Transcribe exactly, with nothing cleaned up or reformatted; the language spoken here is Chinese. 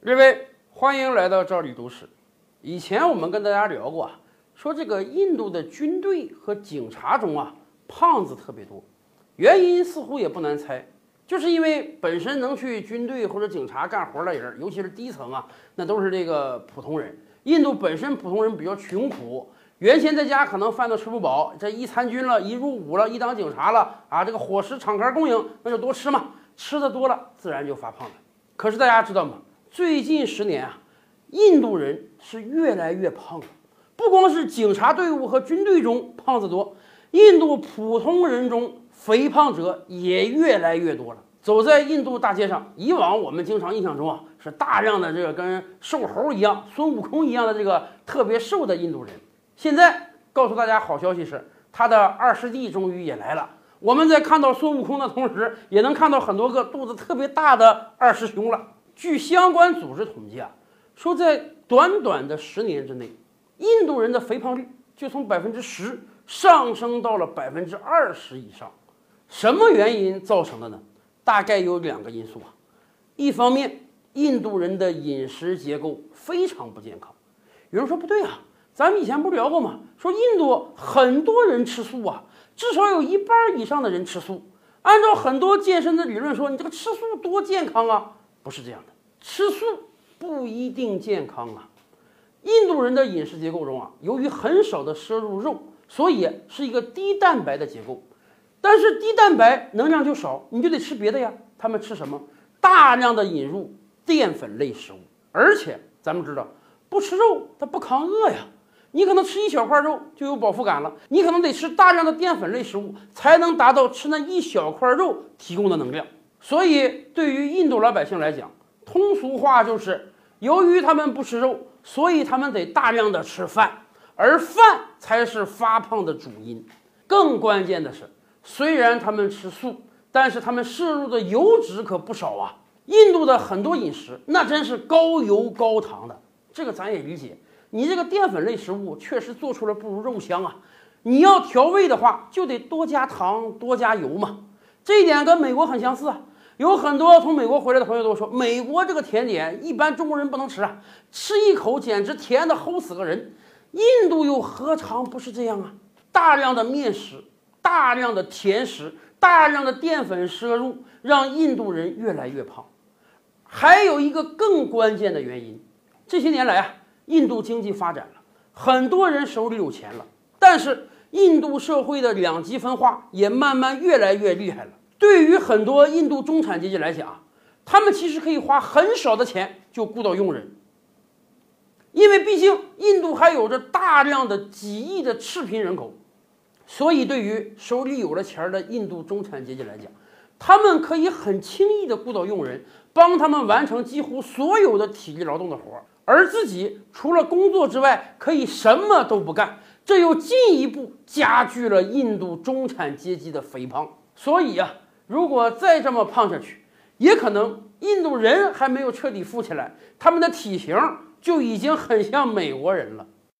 各位，欢迎来到赵李都市。以前我们跟大家聊过啊，说这个印度的军队和警察中啊，胖子特别多，原因似乎也不难猜，就是因为本身能去军队或者警察干活的人，尤其是低层啊，那都是这个普通人。印度本身普通人比较穷苦，原先在家可能饭都吃不饱，这一参军了，一入伍了，一当警察了啊，这个伙食敞开供应，那就多吃嘛，吃的多了，自然就发胖了。可是大家知道吗？最近十年啊，印度人是越来越胖了。不光是警察队伍和军队中胖子多，印度普通人中肥胖者也越来越多了。走在印度大街上，以往我们经常印象中啊，是大量的这个跟瘦猴一样、孙悟空一样的这个特别瘦的印度人。现在告诉大家好消息是，他的二师弟终于也来了。我们在看到孙悟空的同时，也能看到很多个肚子特别大的二师兄了。据相关组织统计啊，说在短短的十年之内，印度人的肥胖率就从百分之十上升到了百分之二十以上。什么原因造成的呢？大概有两个因素啊。一方面，印度人的饮食结构非常不健康。有人说不对啊，咱们以前不聊过吗？说印度很多人吃素啊，至少有一半以上的人吃素。按照很多健身的理论说，你这个吃素多健康啊。不是这样的，吃素不一定健康啊。印度人的饮食结构中啊，由于很少的摄入肉，所以是一个低蛋白的结构。但是低蛋白能量就少，你就得吃别的呀。他们吃什么？大量的引入淀粉类食物，而且咱们知道，不吃肉它不抗饿呀。你可能吃一小块肉就有饱腹感了，你可能得吃大量的淀粉类食物，才能达到吃那一小块肉提供的能量。所以，对于印度老百姓来讲，通俗话就是，由于他们不吃肉，所以他们得大量的吃饭，而饭才是发胖的主因。更关键的是，虽然他们吃素，但是他们摄入的油脂可不少啊。印度的很多饮食那真是高油高糖的，这个咱也理解。你这个淀粉类食物确实做出来不如肉香啊。你要调味的话，就得多加糖，多加油嘛。这一点跟美国很相似啊。有很多从美国回来的朋友都说，美国这个甜点一般中国人不能吃啊，吃一口简直甜的齁死个人。印度又何尝不是这样啊？大量的面食，大量的甜食，大量的淀粉摄入，让印度人越来越胖。还有一个更关键的原因，这些年来啊，印度经济发展了，很多人手里有钱了，但是印度社会的两极分化也慢慢越来越厉害了。对于很多印度中产阶级来讲，他们其实可以花很少的钱就雇到佣人，因为毕竟印度还有着大量的几亿的赤贫人口，所以对于手里有了钱的印度中产阶级来讲，他们可以很轻易的雇到佣人，帮他们完成几乎所有的体力劳动的活，而自己除了工作之外可以什么都不干，这又进一步加剧了印度中产阶级的肥胖。所以啊，如果再这么胖下去，也可能印度人还没有彻底富起来，他们的体型就已经很像美国人了。